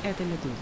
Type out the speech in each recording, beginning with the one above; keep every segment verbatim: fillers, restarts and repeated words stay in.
Это «Медуза».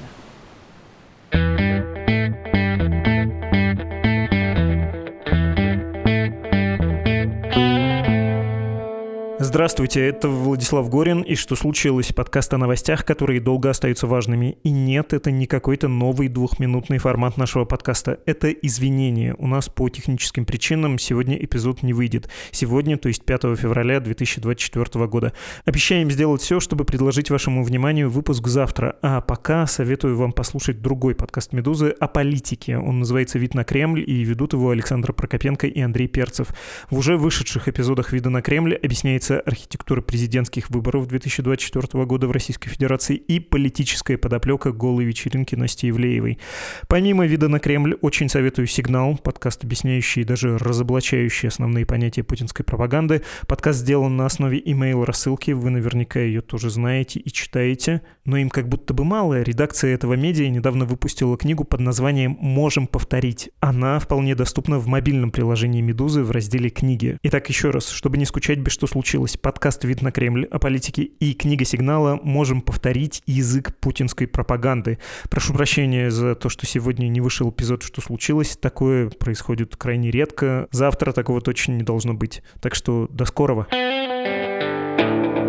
Здравствуйте, это Владислав Горин, и «Что случилось?» Подкаст о новостях, которые долго остаются важными. И нет, это не какой-то новый двухминутный формат нашего подкаста. Это извинение. У нас по техническим причинам сегодня эпизод не выйдет. Сегодня, то есть пятого февраля две тысячи двадцать четвёртого года. Обещаем сделать все, чтобы предложить вашему вниманию выпуск завтра. А пока советую вам послушать другой подкаст «Медузы» о политике. Он называется «Вид на Кремль», и ведут его Александр Прокопенко и Андрей Перцев. В уже вышедших эпизодах «Вида на Кремль» объясняется архитектура президентских выборов две тысячи двадцать четвёртого года в Российской Федерации и политическая подоплека голой вечеринки Насти Ивлеевой. Помимо «Вида на Кремль», очень советую «Сигнал», подкаст, объясняющий и даже разоблачающий основные понятия путинской пропаганды. Подкаст сделан на основе имейл-рассылки, вы наверняка ее тоже знаете и читаете, но им как будто бы мало. Редакция этого медиа недавно выпустила книгу под названием «Можем повторить». Она вполне доступна в мобильном приложении «Медузы» в разделе «Книги». Итак, еще раз, чтобы не скучать без «Что случилось?», подкаст «Вид на Кремль» о политике и книга «Сигнала» «Можем повторить язык путинской пропаганды». Прошу прощения за то, что сегодня не вышел эпизод «Что случилось?». Такое происходит крайне редко. Завтра такого точно не должно быть. Так что до скорого.